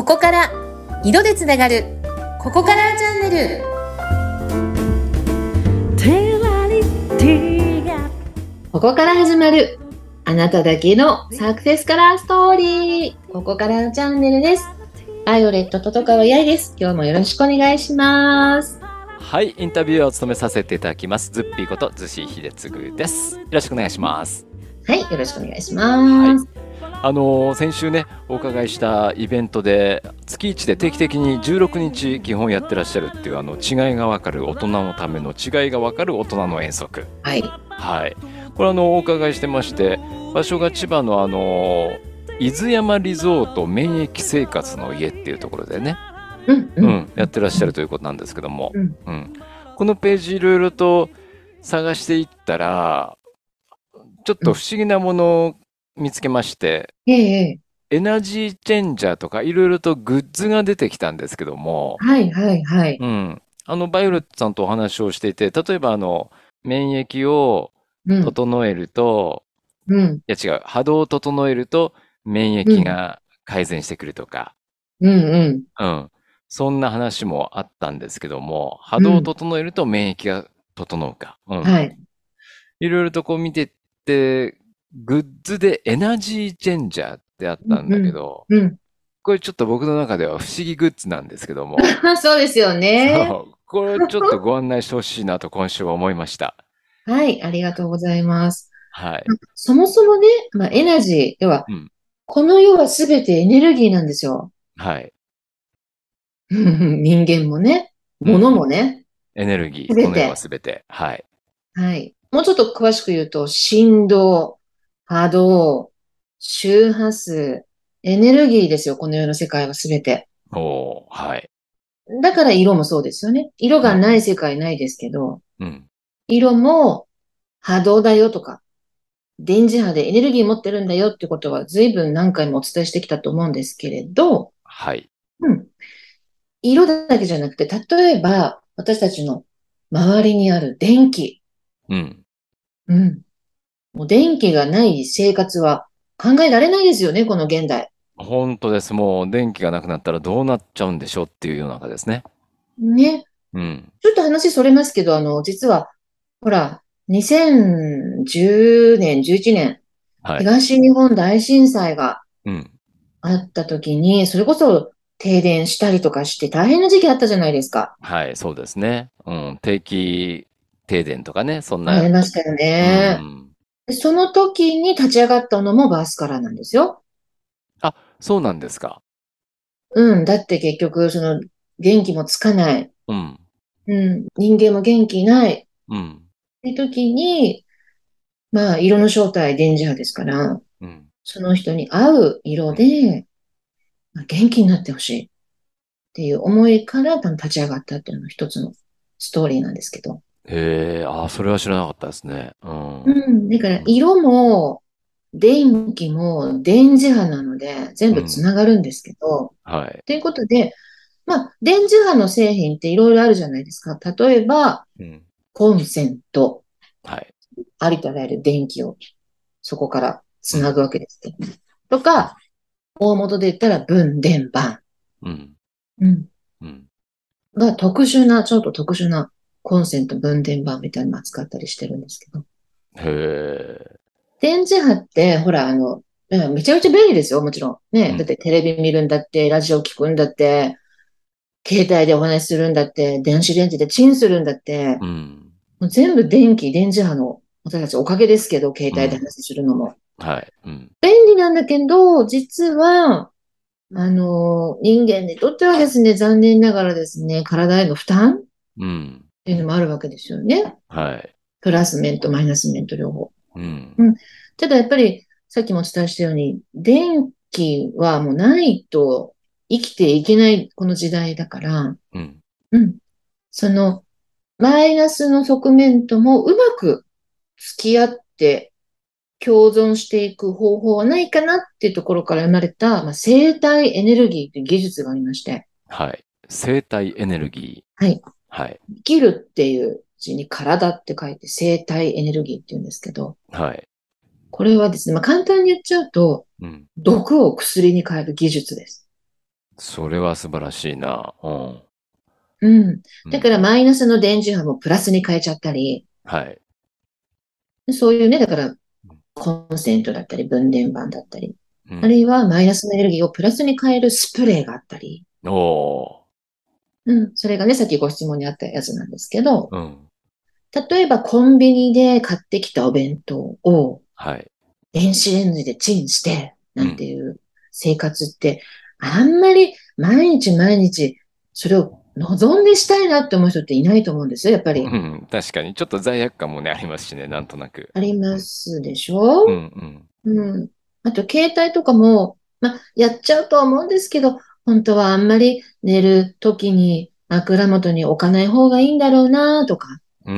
ここから色でつながるここからチャンネル。ここから始まるあなただけのサクセスカラーストーリー、ここからチャンネルです。バイオレット外川八重です。今日もよろしくお願いします。 はい、インタビューを務めさせていただきますズッピーこと逗子秀次です。よろしくお願いします。 はい、よろしくお願いします。 先週ねお伺いしたイベントで月1で定期的に16日基本やってらっしゃるっていう違いが分かる大人のための違いが分かる大人の遠足。 はい。 はい。これお伺いしてまして、場所が千葉の伊豆山リゾート免疫生活の家っていうところでね、やってらっしゃるということなんですけども、このページいろいろと探していったら、ちょっと不思議なものを見つけまして、エナジーチェンジャーとかいろいろとグッズが出てきたんですけども、 はい。バイオレットさんとお話をしていて、例えば免疫を整えると、いや違う、波動を整えると免疫が改善してくるとか、そんな話もあったんですけども、波動を整えると免疫が整うか。いろいろとこう見てって、グッズでエナジーチェンジャーってあったんだけど、これちょっと僕の中では不思議グッズなんですけども。 そうですよね。 そう。これちょっとご案内してほしいなと今週は思いました。 はい、ありがとうございます。 はい。 そもそもね、エナジーでは、この世はすべてエネルギーなんですよ。 はい。 人間もね、物もね。 エネルギー、この世はすべて。はい。 はい。もうちょっと詳しく言うと、振動、波動、周波数、エネルギーですよ、この世の世界はすべて。 はい。 だから色もそうですよね。色がない世界ないですけど、 うん色も波動だよとか、電磁波でエネルギー持ってるんだよってことは随分何回もお伝えしてきたと思うんですけれど、 はい。 色だけじゃなくて、例えば私たちの周りにある電気。もう電気がない生活は考えられないですよね、この現代。 本当です。もう電気がなくなったらどうなっちゃうんでしょうっていうような中ですね。 ね。ちょっと話それますけど、実は、ほら、2010年、11年、東日本大震災があった時に、それこそ停電したりとかして大変な時期あったじゃないですか。 はい、そうですね。定期停電とかね、そんな。 ありましたよね。その時に立ち上がったのもバースカラーなんですよ。 あ、そうなんですか。 だって結局、元気もつかない。人間も元気ない。って時に、色の正体、電磁波ですから、その人に合う色で、元気になってほしいっていう思いから立ち上がったっていうのが一つのストーリーなんですけど。 へえ、それは知らなかったですね。 だから色も電気も電磁波なので全部つながるんですけど、ということで、電磁波の製品っていろいろあるじゃないですか。例えば、コンセント。ありとあらゆる電気をそこからつなぐわけですけど。とか、大元で言ったら分電盤。がちょっと特殊なコンセント、分電盤みたいなのを扱ったりしてるんですけど。電磁波って、ほら、めちゃめちゃ便利ですよ、もちろん。ね。だってテレビ見るんだって、ラジオ聞くんだって、携帯でお話しするんだって、電子レンジでチンするんだって、もう全部電磁波の私たちおかげですけど、携帯で話するのも。便利なんだけど、実は、人間にとってはですね、残念ながらですね、体への負担っていうのもあるわけですよね。プラス面とマイナス面と両方。ただやっぱり、さっきもお伝えしたように、電気はもうないと生きていけないこの時代だから、そのマイナスの側面ともうまく付き合って共存していく方法はないかなっていうところから生まれた、生体エネルギーという技術がありまして。 生体エネルギー。生きるっていう字に体って書いて生体エネルギーって言うんですけど。これはですね、簡単に言っちゃうと、毒を薬に変える技術です。 それは素晴らしいな。うん。 うん。だからマイナスの電磁波もプラスに変えちゃったり、 はい。 そういうね、だからコンセントだったり、分電盤だったり、 うん。 あるいはマイナスのエネルギーをプラスに変えるスプレーがあったり、 おうん、それがね、さっきご質問にあったやつなんですけど、 ー。うん。 例えばコンビニで買ってきたお弁当をはい。 電子レンジでチンして、 うん。 なんていう生活って、あんまり毎日毎日それを望んでしたいなって思う人っていないと思うんですよ、やっぱり。 うん。確かに、ちょっと罪悪感もね、ありますしね、なんとなく。 ありまうん。 すでしうん。うょ？ ん。 うん。あと、携帯とかも、まあ、やっちゃうとは思うんですけど、本当はあんまり寝るときに枕元に置かない方がいいんだろうなとか。 うん。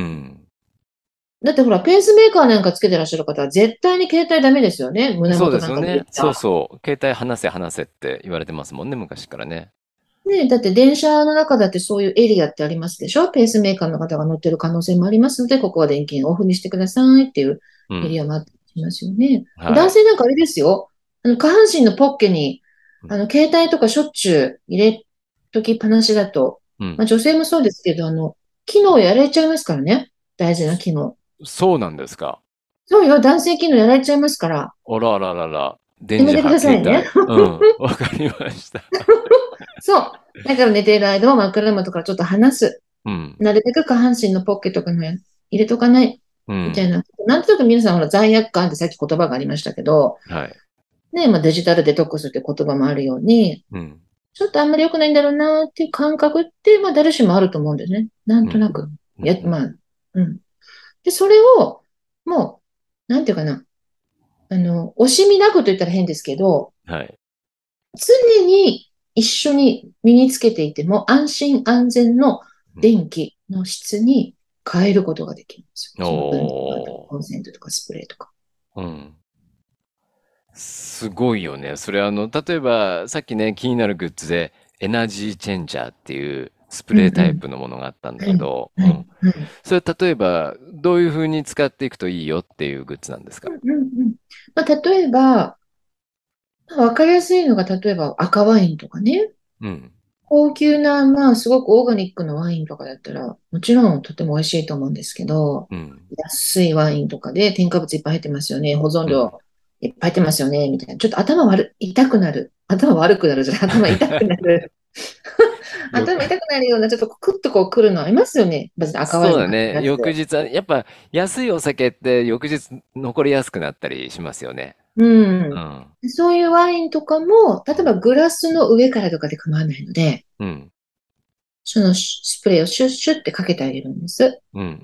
だってほら、ペースメーカーなんかつけてらっしゃる方は絶対に携帯ダメですよね。胸そう元なんかに入ですよね。 れちゃ。 そうそう。携帯離せ離せって言われてますもんね、昔からね。 ね、だって電車の中だってそういうエリアってありますでしょ？ペースメーカーの方が乗ってる可能性もありますので、ここは電源オフにしてくださいっていうエリアうん。 もあったりしますよね。 はい。 男性なんかあれですよ。下半身のポッケに、 うん。 携帯とかしょっちゅう入れときっぱなしだと、 うん。 まあ女性もそうですけど、機能やられちゃいますからね。大事な機能。 そうなんですか。 そうよ、男性機能やられちゃいますから、 あらあららら。電磁波、 やめてくださいね。 携帯。うん。わかりました。 そう。だから寝ている間は枕元からちょっと離す。 うん。 なるべく下半身のポッケとかに入れとかない。 うん。 みたいな。なんとなく皆さんほら罪悪感ってさっき言葉がありましたけど、 はい。 ね、まあデジタルデトックスって言葉もあるように、 うん。 ちょっとあんまり良くないんだろうなっていう感覚って、まあ誰しもあると思うんですね。なんうん。 となく。 うん。うん。 まあ、うん。で、それを、もう、なんていうかな。惜しみなくと言ったら変ですけど、 はい。 常に一緒に身につけていても安心安全のうん。 電気の質に変えることができるんですよ。その分電盤とかおコンセントとかスプレーとか。 ー。うん。すごいよね。それ例えば、さっきね、気になるグッズで、エナジーチェンジャーっていうスプうんうレータイん。 プのものがあったんだはい。 けど、うん。 はい。はい。 それ例えば、どういう風に使っていくといいよっていうグッズなんですか？ うんうんうん。まあ、例えば、まあわかりやすいのが、例えば赤ワインとかね。 うん。 高級な、まあ、すごくオーガニックなワインとかだったら、もちろんとても美味しいと思うんですけど、 うん。 安いワインとかで添加物いっぱい入ってますよね。保存うん。 料いっぱい入ってますよね。みたいな。ちょっと痛くなる。頭悪くなるじゃない。頭痛くなる。 よく、 頭痛くなるような、ちょっとクッとこう来るのありますよね。別に赤ワインにそうだね。 限らず。 翌日は、やっぱ安いお酒って翌日残りやすくなったりしますよね。 うん。 うん。 そういうワインとかも、例うん。 えばグラスの上からとかで構わないので、 うん。 そのスプレーをシュッシュッってかけてあげるんです。 うん。うん。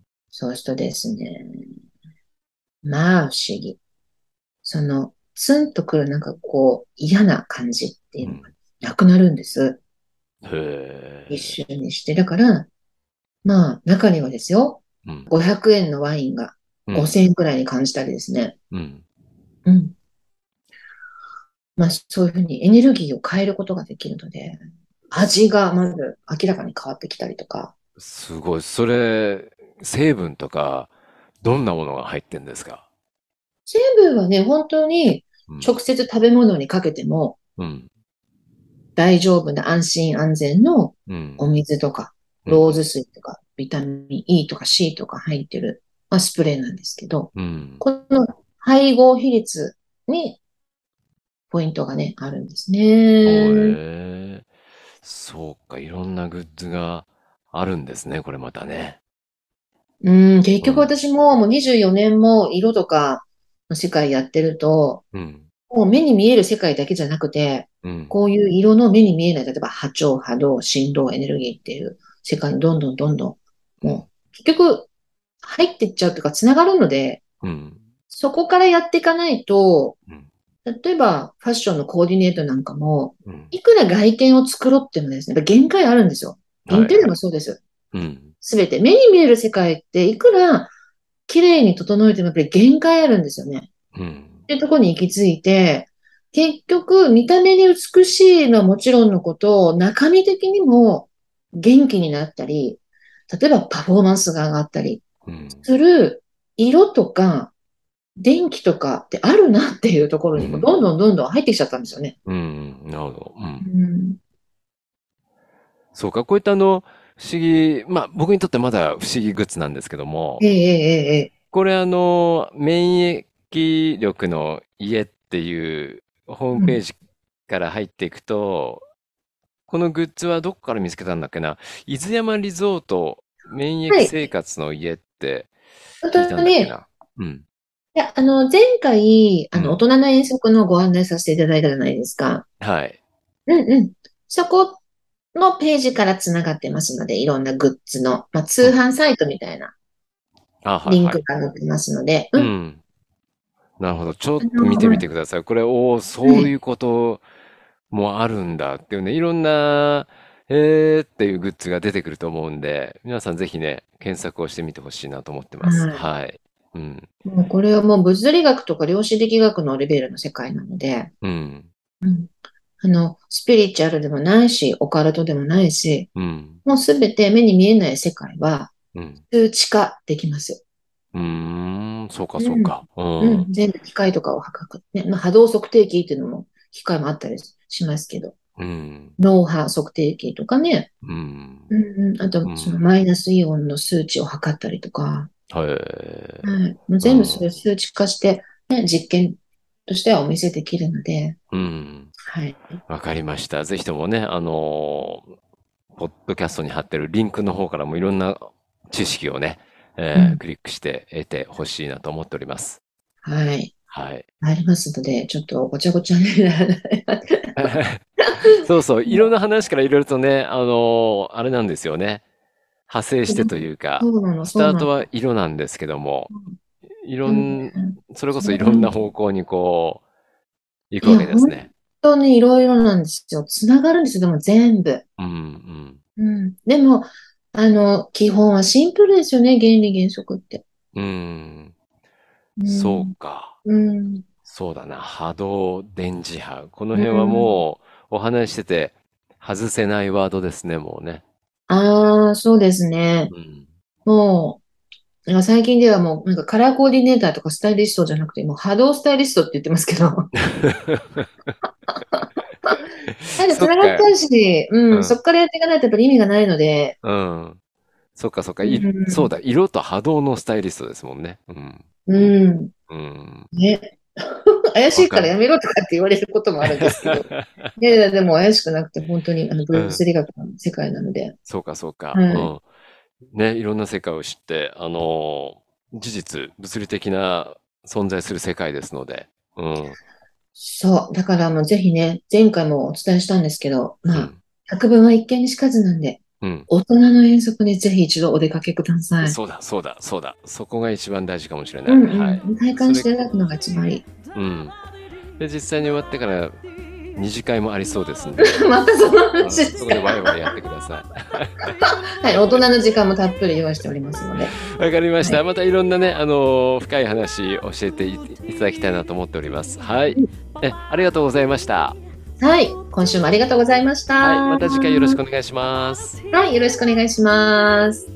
そうするとですね、まあ不思議。ツンとくるなんかこう嫌な感じっていうのがうん。 なくなるんです。 へ一え。 瞬にして。だから、まあ中にはですよ、 うん。 500円のワインがうん。 5000円くらいに感じたりですね。 うん。 うん。まあそういうふうにエネルギーを変えることができるので、味がまず明らかに変わってきたりとか。 すごい。それ、成分とか、どんなものが入ってんですか？ 成分はね、本当にうん。 直接食べ物にかけてもうん。 大丈夫な安心安全のうん。 お水とか、 うん。 ローズ水とか、ビタミン E とか C とか入ってる、まあ、スプレーなんですけど、 うん。 この配合比率にポイントがね、あるんですね。 ええ。そうか。いろんなグッズがあるんですね。これまたね。 うん、結局うん。 私も24年も色とかの世界やってると、 うん。 もう目に見える世界だけじゃなくて、 うん。 こういう色の目に見えない、例えば波長、波動、振動、エネルギーっていう世界にどんどんどんどん、 うん。 もう結局入っていっちゃうというか、つながるので、 うん。 そこからやっていかないと、 うん。 例えばファッションのコーディネートなんかも、 うん。 いくら外見を作ろうってもですね、やっぱ限界あるんですよ。インテリアはいはい。 もそうです。 うん。 すべて。目に見える世界っていくら綺麗に整えてもやっぱり限界あるんですよね。 うん。 っていうところに行き着いて、結局見た目に美しいのはもちろんのこと、中身的にも元気になったり、例えばパフォーマンスが上がったりうん。 する色とか電気とかってあるなっていうところにもどんどんどんどん入ってきちゃったんですよね。 なるほど。 うん。 そうか、こういった不思議、まあ僕にとってまだ不思議グッズなんですけども、 ええ、ええ、ええ。 これ免疫力の家っていうホームうん。 ページから入っていくと、このグッズはどこから見つけたんだっけな。伊豆山リゾート免疫はい。 生活の家って本聞いた当ね、 んだっけな。うん。 いや、前回、大うん。 人の遠足のご案内させていただいたじゃないですか。 はい。 うんうん。そこのページからつながってますので、いろんなグッズの、まあ、通うん。 販サイトみたいなあ、はいリンはい。 クが載ってますので、うん。 うん。なるほど。ちょっと見てみうん。 てください。これ、おー、 はい。 そういうこともあるんだっていうね、いろんな、っていうグッズが出てくると思うんで、皆さんぜひね、検索をしてみてほしいなと思ってます。 はい。 はい。うん。 もうこれはもう物理学とか量子力学のレベルの世界なので、 うん。 うん。スピリチュアルでもないし、オカルトでもないし、 うん。 もうすべて目に見えない世界はうん。 数値化できます。 そうかうん。 そうか。うん。 うん。全部機械とかを測る。ね。まあ、波動測定器っていうのも機械もあったりしますけど、 うん。 脳波測定器とかね。 うん。 うんうん。あと、そのうん。 マイナスイオンの数値を測ったりとか、 はい。 はい。もううん。 全部それを数値化して、ね、実験としてはお見せできるので、 うん。 はい。 わかりました。ぜひともね、ポッドキャストに貼ってるリンクの方からもいろんな知識をね、 うん。 クリックして得てほしいなと思っております。 はい。 はい。 ありますので、ちょっとごちゃごちゃにならない。 そうそう、いろんな話からいろいろとね、あれなんですよね。派生してというか、 そうなの、 スタートそうなの。 は色なんですけども、いろでもね、 ん、それこそいろんなそうなんです。 方向にこう、行くわいや、本けですね。 当にいろいろなんですよ。つながるんですよ、でも全部。 うん、うん、 うん。でも、基本はシンプルですよね、原理原則って。 うん、 うそうん。 か。 うん。 そうだな。波動、電磁波。このう辺はん。 もうお話ししてて外せないワードですね、もうね。 ああ、そうですね。 うん。 もう、なんか最近ではもう、なんかカラーコーディネーターとかスタイリストじゃなくて、もう波動スタイリストって言ってますけど。なんかそっか。 繋がっちゃうし、うん、そうん。 っからやっていかないとやっぱり意味がないので、 うん。そっかそっか。 うん、 そうだ。色と波動のスタイリストですもんね。うん。 ううん。 ん、 うん。 ね。怪しわかる。 いからやめろとかって言われることもあるんですけど、いやいや、でも怪しくなくて本当にうん。 物理学の世界なので、 そうかそうか。うはい。 ん。ね、いろんな世界を知って、事実、物理的な存在する世界ですので。うん。 そう。だからもうぜひね、前回もお伝えしたんですけど、まあ、 うん。 百聞は一見にしかずなんで、 うん。 大人の遠足にぜひ一度お出かけください。 そうだ、そうだ、そうだ。そこが一番大事かもしれない。 うんはい。 うん。体感しそれ、 ていただくのが一番いい。 うん。で、実際に終わってから二次会もありそうですんで、 またそのうん、 話ですか？ そこでワイワイやってくださはい。大人の時間もたっぷり用意しておりますので。 い。わかりました。 はい。 またいろんなね、深い話教えていただきたいなと思っております。はい。ありがとうございました。 はい。今週もありがとうございました。 はい。まはた次回よろしくお願いします。 い。よろしくお願いします。